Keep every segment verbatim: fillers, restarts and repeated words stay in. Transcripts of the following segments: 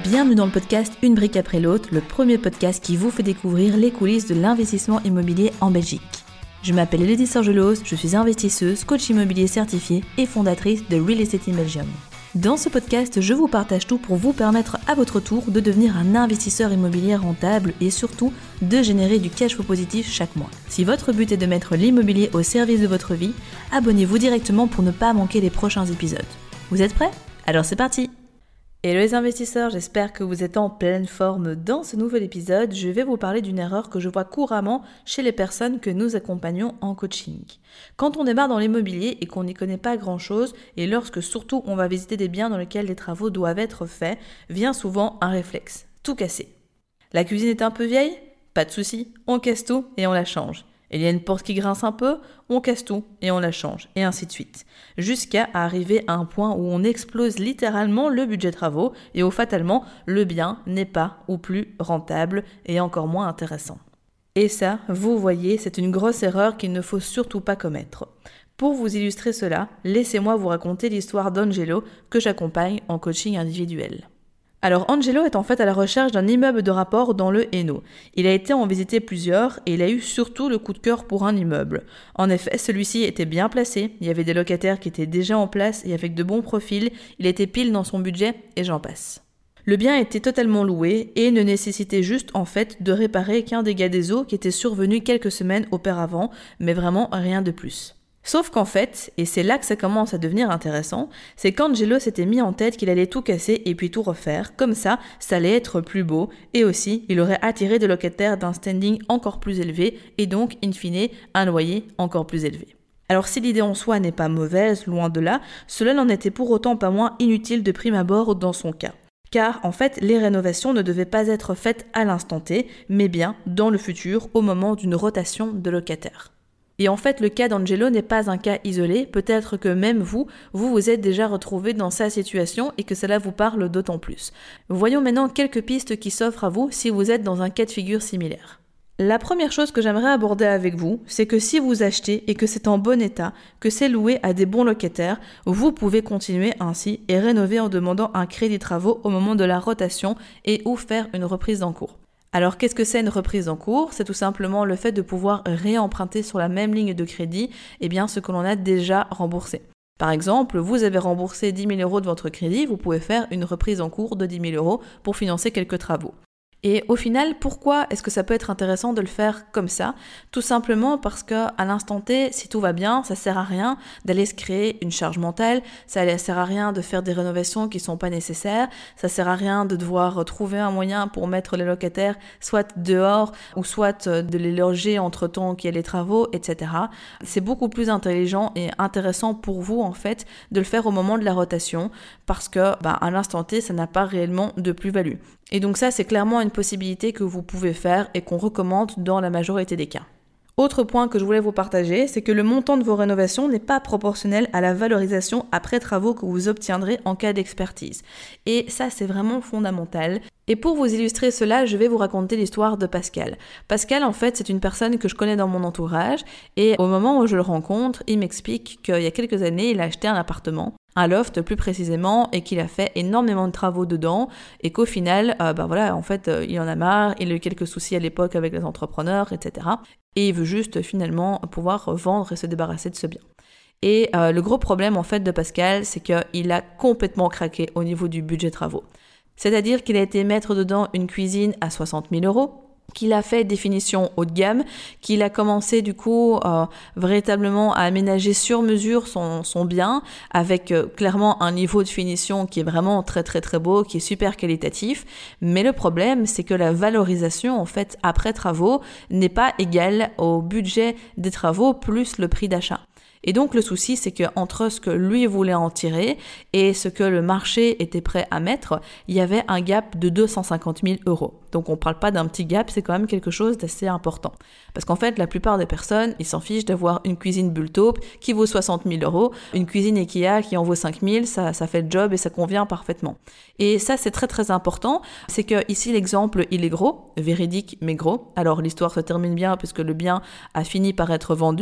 Bienvenue dans le podcast Une brique après l'autre, le premier podcast qui vous fait découvrir les coulisses de l'investissement immobilier en Belgique. Je m'appelle Elodie Sorgelos, je suis investisseuse, coach immobilier certifiée et fondatrice de Real Estate in Belgium. Dans ce podcast, je vous partage tout pour vous permettre à votre tour de devenir un investisseur immobilier rentable et surtout de générer du cash flow positif chaque mois. Si votre but est de mettre l'immobilier au service de votre vie, abonnez-vous directement pour ne pas manquer les prochains épisodes. Vous êtes prêts ? Alors c'est parti ! Hello les investisseurs, j'espère que vous êtes en pleine forme. Dans ce nouvel épisode, je vais vous parler d'une erreur que je vois couramment chez les personnes que nous accompagnons en coaching. Quand on démarre dans l'immobilier et qu'on n'y connaît pas grand-chose, et lorsque surtout on va visiter des biens dans lesquels les travaux doivent être faits, vient souvent un réflexe, tout casser. La cuisine est un peu vieille ? Pas de souci, on casse tout et on la change. Il y a une porte qui grince un peu, on casse tout et on la change, et ainsi de suite. Jusqu'à arriver à un point où on explose littéralement le budget travaux et où fatalement le bien n'est pas ou plus rentable et encore moins intéressant. Et ça, vous voyez, c'est une grosse erreur qu'il ne faut surtout pas commettre. Pour vous illustrer cela, laissez-moi vous raconter l'histoire d'Angelo que j'accompagne en coaching individuel. Alors Angelo est en fait à la recherche d'un immeuble de rapport dans le Hainaut. Il a été en visiter plusieurs et il a eu surtout le coup de cœur pour un immeuble. En effet, celui-ci était bien placé, il y avait des locataires qui étaient déjà en place et avec de bons profils, il était pile dans son budget et j'en passe. Le bien était totalement loué et ne nécessitait juste en fait de réparer qu'un dégât des eaux qui était survenu quelques semaines auparavant, mais vraiment rien de plus. Sauf qu'en fait, et c'est là que ça commence à devenir intéressant, c'est qu'Angelo s'était mis en tête qu'il allait tout casser et puis tout refaire, comme ça, ça allait être plus beau, et aussi, il aurait attiré des locataires d'un standing encore plus élevé, et donc, in fine, un loyer encore plus élevé. Alors si l'idée en soi n'est pas mauvaise, loin de là, cela n'en était pour autant pas moins inutile de prime abord dans son cas. Car en fait, les rénovations ne devaient pas être faites à l'instant T, mais bien dans le futur, au moment d'une rotation de locataires. Et en fait, le cas d'Angelo n'est pas un cas isolé, peut-être que même vous, vous vous êtes déjà retrouvé dans sa situation et que cela vous parle d'autant plus. Voyons maintenant quelques pistes qui s'offrent à vous si vous êtes dans un cas de figure similaire. La première chose que j'aimerais aborder avec vous, c'est que si vous achetez et que c'est en bon état, que c'est loué à des bons locataires, vous pouvez continuer ainsi et rénover en demandant un crédit travaux au moment de la rotation et ou faire une reprise en cours. Alors, qu'est-ce que c'est une reprise en cours ? C'est tout simplement le fait de pouvoir réemprunter sur la même ligne de crédit, eh bien, ce que l'on a déjà remboursé. Par exemple, vous avez remboursé dix mille euros de votre crédit, vous pouvez faire une reprise en cours de dix mille euros pour financer quelques travaux. Et au final, pourquoi est-ce que ça peut être intéressant de le faire comme ça ? Tout simplement parce qu'à l'instant T, si tout va bien, ça sert à rien d'aller se créer une charge mentale, ça sert à rien de faire des rénovations qui sont pas nécessaires, ça sert à rien de devoir trouver un moyen pour mettre les locataires soit dehors ou soit de les loger entre temps qu'il y a les travaux, et cetera. C'est beaucoup plus intelligent et intéressant pour vous en fait de le faire au moment de la rotation parce que bah, à l'instant T, ça n'a pas réellement de plus-value. Et donc ça, c'est clairement une possibilité que vous pouvez faire et qu'on recommande dans la majorité des cas. Autre point que je voulais vous partager, c'est que le montant de vos rénovations n'est pas proportionnel à la valorisation après travaux que vous obtiendrez en cas d'expertise. Et ça, c'est vraiment fondamental. Et pour vous illustrer cela, je vais vous raconter l'histoire de Pascal. Pascal, en fait, c'est une personne que je connais dans mon entourage et au moment où je le rencontre, il m'explique qu'il y a quelques années, il a acheté un appartement, un loft plus précisément, et qu'il a fait énormément de travaux dedans et qu'au final, euh, ben voilà, en fait, euh, il en a marre, il a eu quelques soucis à l'époque avec les entrepreneurs, et cetera. Et il veut juste finalement pouvoir vendre et se débarrasser de ce bien. Et euh, le gros problème en fait de Pascal, c'est qu'il a complètement craqué au niveau du budget travaux. C'est-à-dire qu'il a été mettre dedans une cuisine à soixante mille euros, qu'il a fait des finitions haut de gamme, qu'il a commencé du coup euh, véritablement à aménager sur mesure son, son bien avec euh, clairement un niveau de finition qui est vraiment très très très beau, qui est super qualitatif. Mais le problème, c'est que la valorisation en fait après travaux n'est pas égale au budget des travaux plus le prix d'achat. Et donc le souci, c'est que entre ce que lui voulait en tirer et ce que le marché était prêt à mettre, il y avait un gap de deux cent cinquante mille euros. Donc on parle pas d'un petit gap, c'est quand même quelque chose d'assez important. Parce qu'en fait, la plupart des personnes, ils s'en fichent d'avoir une cuisine Bultaupe qui vaut soixante mille euros, une cuisine Ikea qui en vaut cinq mille, ça, ça fait le job et ça convient parfaitement. Et ça, c'est très très important. C'est que ici, l'exemple, il est gros, véridique mais gros. Alors l'histoire se termine bien puisque le bien a fini par être vendu.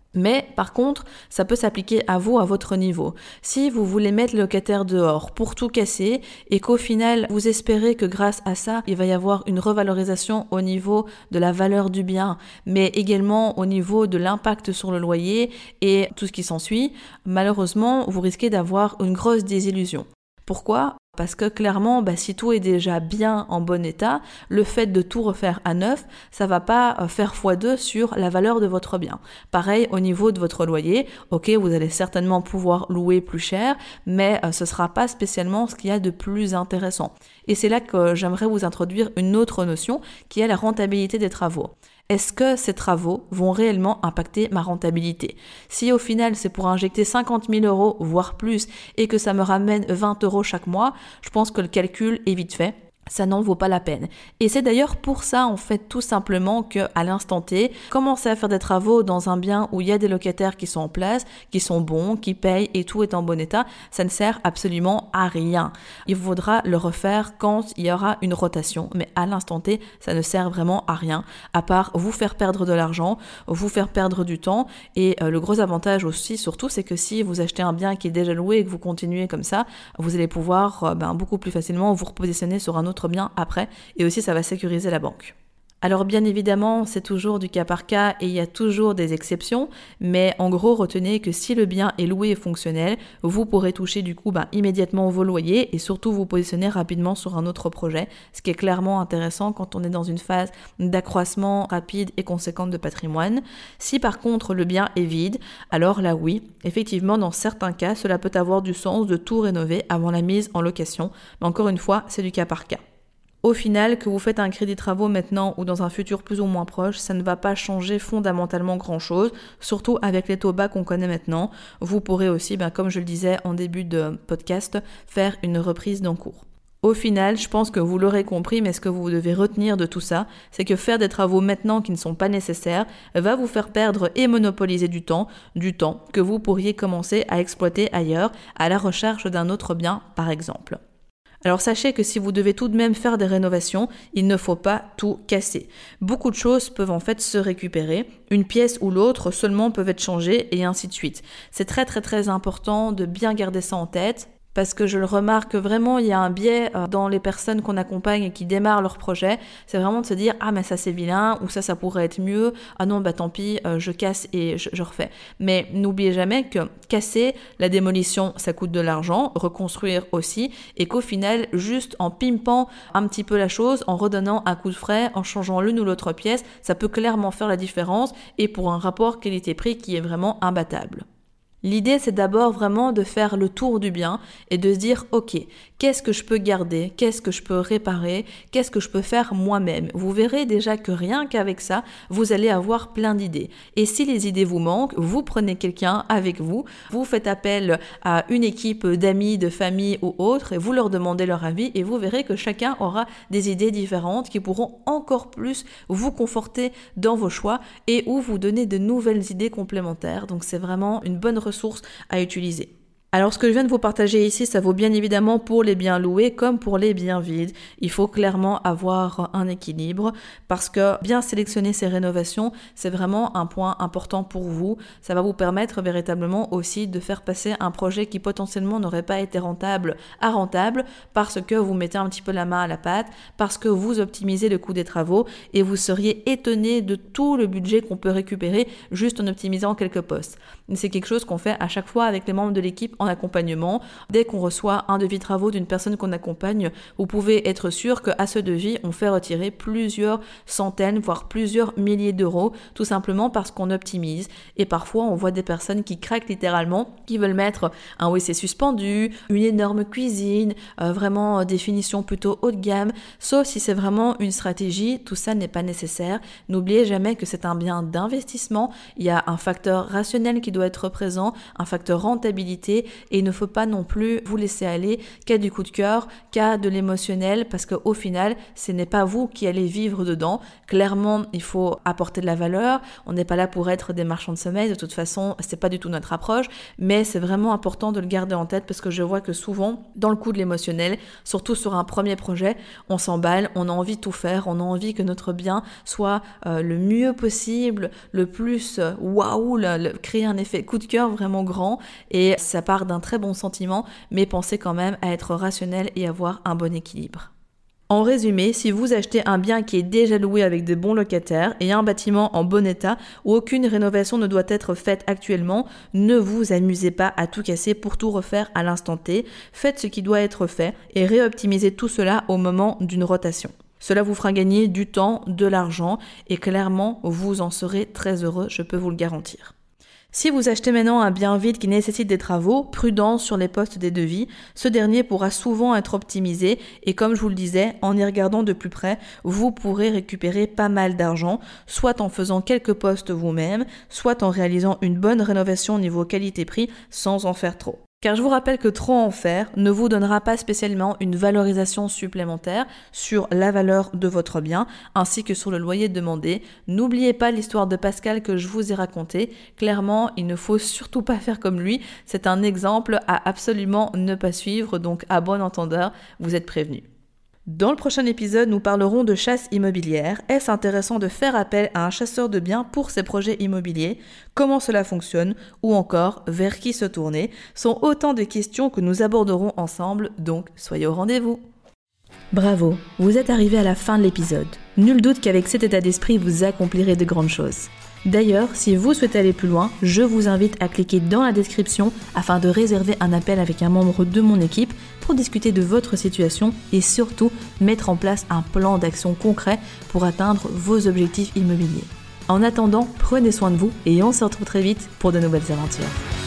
Mais par contre, ça peut s'appliquer à vous, à votre niveau. Si vous voulez mettre le locataire dehors pour tout casser et qu'au final, vous espérez que grâce à ça, il va y avoir une revalorisation au niveau de la valeur du bien, mais également au niveau de l'impact sur le loyer et tout ce qui s'ensuit, malheureusement, vous risquez d'avoir une grosse désillusion. Pourquoi ? Parce que clairement, bah, si tout est déjà bien en bon état, le fait de tout refaire à neuf, ça va pas faire fois deux sur la valeur de votre bien. Pareil au niveau de votre loyer, ok, vous allez certainement pouvoir louer plus cher, mais euh, ce sera pas spécialement ce qu'il y a de plus intéressant. Et c'est là que j'aimerais vous introduire une autre notion qui est la rentabilité des travaux. Est-ce que ces travaux vont réellement impacter ma rentabilité ? Si au final c'est pour injecter cinquante mille euros, voire plus, et que ça me ramène vingt euros chaque mois, je pense que le calcul est vite fait. Ça n'en vaut pas la peine. Et c'est d'ailleurs pour ça, en fait, tout simplement que, à l'instant T, commencer à faire des travaux dans un bien où il y a des locataires qui sont en place, qui sont bons, qui payent et tout est en bon état, ça ne sert absolument à rien. Il faudra le refaire quand il y aura une rotation. Mais à l'instant T, ça ne sert vraiment à rien, à part vous faire perdre de l'argent, vous faire perdre du temps. Et euh, le gros avantage aussi, surtout, c'est que si vous achetez un bien qui est déjà loué et que vous continuez comme ça, vous allez pouvoir euh, ben, beaucoup plus facilement vous repositionner sur un autre bien après, et aussi ça va sécuriser la banque. Alors bien évidemment, c'est toujours du cas par cas et il y a toujours des exceptions, mais en gros, retenez que si le bien est loué et fonctionnel, vous pourrez toucher du coup bah, immédiatement vos loyers et surtout vous positionner rapidement sur un autre projet, ce qui est clairement intéressant quand on est dans une phase d'accroissement rapide et conséquente de patrimoine. Si par contre le bien est vide, alors là oui, effectivement dans certains cas, cela peut avoir du sens de tout rénover avant la mise en location, mais encore une fois, c'est du cas par cas. Au final, que vous faites un crédit travaux maintenant ou dans un futur plus ou moins proche, ça ne va pas changer fondamentalement grand-chose, surtout avec les taux bas qu'on connaît maintenant. Vous pourrez aussi, ben, comme je le disais en début de podcast, faire une reprise d'encours. Au final, je pense que vous l'aurez compris, mais ce que vous devez retenir de tout ça, c'est que faire des travaux maintenant qui ne sont pas nécessaires va vous faire perdre et monopoliser du temps, du temps que vous pourriez commencer à exploiter ailleurs, à la recherche d'un autre bien par exemple. Alors sachez que si vous devez tout de même faire des rénovations, il ne faut pas tout casser. Beaucoup de choses peuvent en fait se récupérer, une pièce ou l'autre seulement peuvent être changées et ainsi de suite. C'est très très très important de bien garder ça en tête. Parce que je le remarque vraiment, il y a un biais dans les personnes qu'on accompagne et qui démarrent leur projet. C'est vraiment de se dire « Ah, mais ça c'est vilain » ou « Ça, ça pourrait être mieux. Ah non, bah tant pis, euh, je casse et je, je refais. » Mais n'oubliez jamais que casser, la démolition, ça coûte de l'argent, reconstruire aussi, et qu'au final, juste en pimpant un petit peu la chose, en redonnant un coup de frais, en changeant l'une ou l'autre pièce, ça peut clairement faire la différence et pour un rapport qualité-prix qui est vraiment imbattable. L'idée, c'est d'abord vraiment de faire le tour du bien et de se dire « Ok, qu'est-ce que je peux garder ? Qu'est-ce que je peux réparer ? Qu'est-ce que je peux faire moi-même ?» Vous verrez déjà que rien qu'avec ça, vous allez avoir plein d'idées. Et si les idées vous manquent, vous prenez quelqu'un avec vous, vous faites appel à une équipe d'amis, de famille ou autres et vous leur demandez leur avis et vous verrez que chacun aura des idées différentes qui pourront encore plus vous conforter dans vos choix et ou vous donner de nouvelles idées complémentaires. Donc c'est vraiment une bonne ressource ressources à utiliser. Alors ce que je viens de vous partager ici, ça vaut bien évidemment pour les biens loués comme pour les biens vides. Il faut clairement avoir un équilibre parce que bien sélectionner ces rénovations, c'est vraiment un point important pour vous. Ça va vous permettre véritablement aussi de faire passer un projet qui potentiellement n'aurait pas été rentable à rentable parce que vous mettez un petit peu la main à la pâte, parce que vous optimisez le coût des travaux et vous seriez étonné de tout le budget qu'on peut récupérer juste en optimisant quelques postes. C'est quelque chose qu'on fait à chaque fois avec les membres de l'équipe en accompagnement. Dès qu'on reçoit un devis travaux d'une personne qu'on accompagne, vous pouvez être sûr qu'à ce devis, on fait retirer plusieurs centaines, voire plusieurs milliers d'euros, tout simplement parce qu'on optimise. Et parfois, on voit des personnes qui craquent littéralement, qui veulent mettre un W C suspendu, une énorme cuisine, euh, vraiment des finitions plutôt haut de gamme. Sauf si c'est vraiment une stratégie, tout ça n'est pas nécessaire. N'oubliez jamais que c'est un bien d'investissement. Il y a un facteur rationnel qui doit être présent, un facteur rentabilité et il ne faut pas non plus vous laisser aller qu'à du coup de cœur, qu'à de l'émotionnel, parce qu'au final, ce n'est pas vous qui allez vivre dedans. Clairement, il faut apporter de la valeur. On n'est pas là pour être des marchands de sommeil. De toute façon, c'est pas du tout notre approche, mais c'est vraiment important de le garder en tête parce que je vois que souvent, dans le coup de l'émotionnel, surtout sur un premier projet, on s'emballe, on a envie de tout faire, on a envie que notre bien soit euh, le mieux possible, le plus euh, waouh, le, le, créer un effet coup de cœur vraiment grand, et ça part d'un très bon sentiment, mais pensez quand même à être rationnel et avoir un bon équilibre. En résumé, si vous achetez un bien qui est déjà loué avec de bons locataires et un bâtiment en bon état où aucune rénovation ne doit être faite actuellement, ne vous amusez pas à tout casser pour tout refaire à l'instant T. Faites ce qui doit être fait et réoptimisez tout cela au moment d'une rotation. Cela vous fera gagner du temps, de l'argent et clairement, vous en serez très heureux, je peux vous le garantir. Si vous achetez maintenant un bien vide qui nécessite des travaux, prudence sur les postes des devis, ce dernier pourra souvent être optimisé et comme je vous le disais, en y regardant de plus près, vous pourrez récupérer pas mal d'argent, soit en faisant quelques postes vous-même, soit en réalisant une bonne rénovation au niveau qualité-prix sans en faire trop. Car je vous rappelle que trop en faire ne vous donnera pas spécialement une valorisation supplémentaire sur la valeur de votre bien ainsi que sur le loyer demandé. N'oubliez pas l'histoire de Pascal que je vous ai racontée. Clairement, il ne faut surtout pas faire comme lui. C'est un exemple à absolument ne pas suivre, donc à bon entendeur, vous êtes prévenus. Dans le prochain épisode, nous parlerons de chasse immobilière. Est-ce intéressant de faire appel à un chasseur de biens pour ses projets immobiliers? Comment cela fonctionne? Ou encore, vers qui se tourner? Sont autant de questions que nous aborderons ensemble, donc soyez au rendez-vous. Bravo, vous êtes arrivé à la fin de l'épisode. Nul doute qu'avec cet état d'esprit, vous accomplirez de grandes choses. D'ailleurs, si vous souhaitez aller plus loin, je vous invite à cliquer dans la description afin de réserver un appel avec un membre de mon équipe pour discuter de votre situation et surtout mettre en place un plan d'action concret pour atteindre vos objectifs immobiliers. En attendant, prenez soin de vous et on se retrouve très vite pour de nouvelles aventures.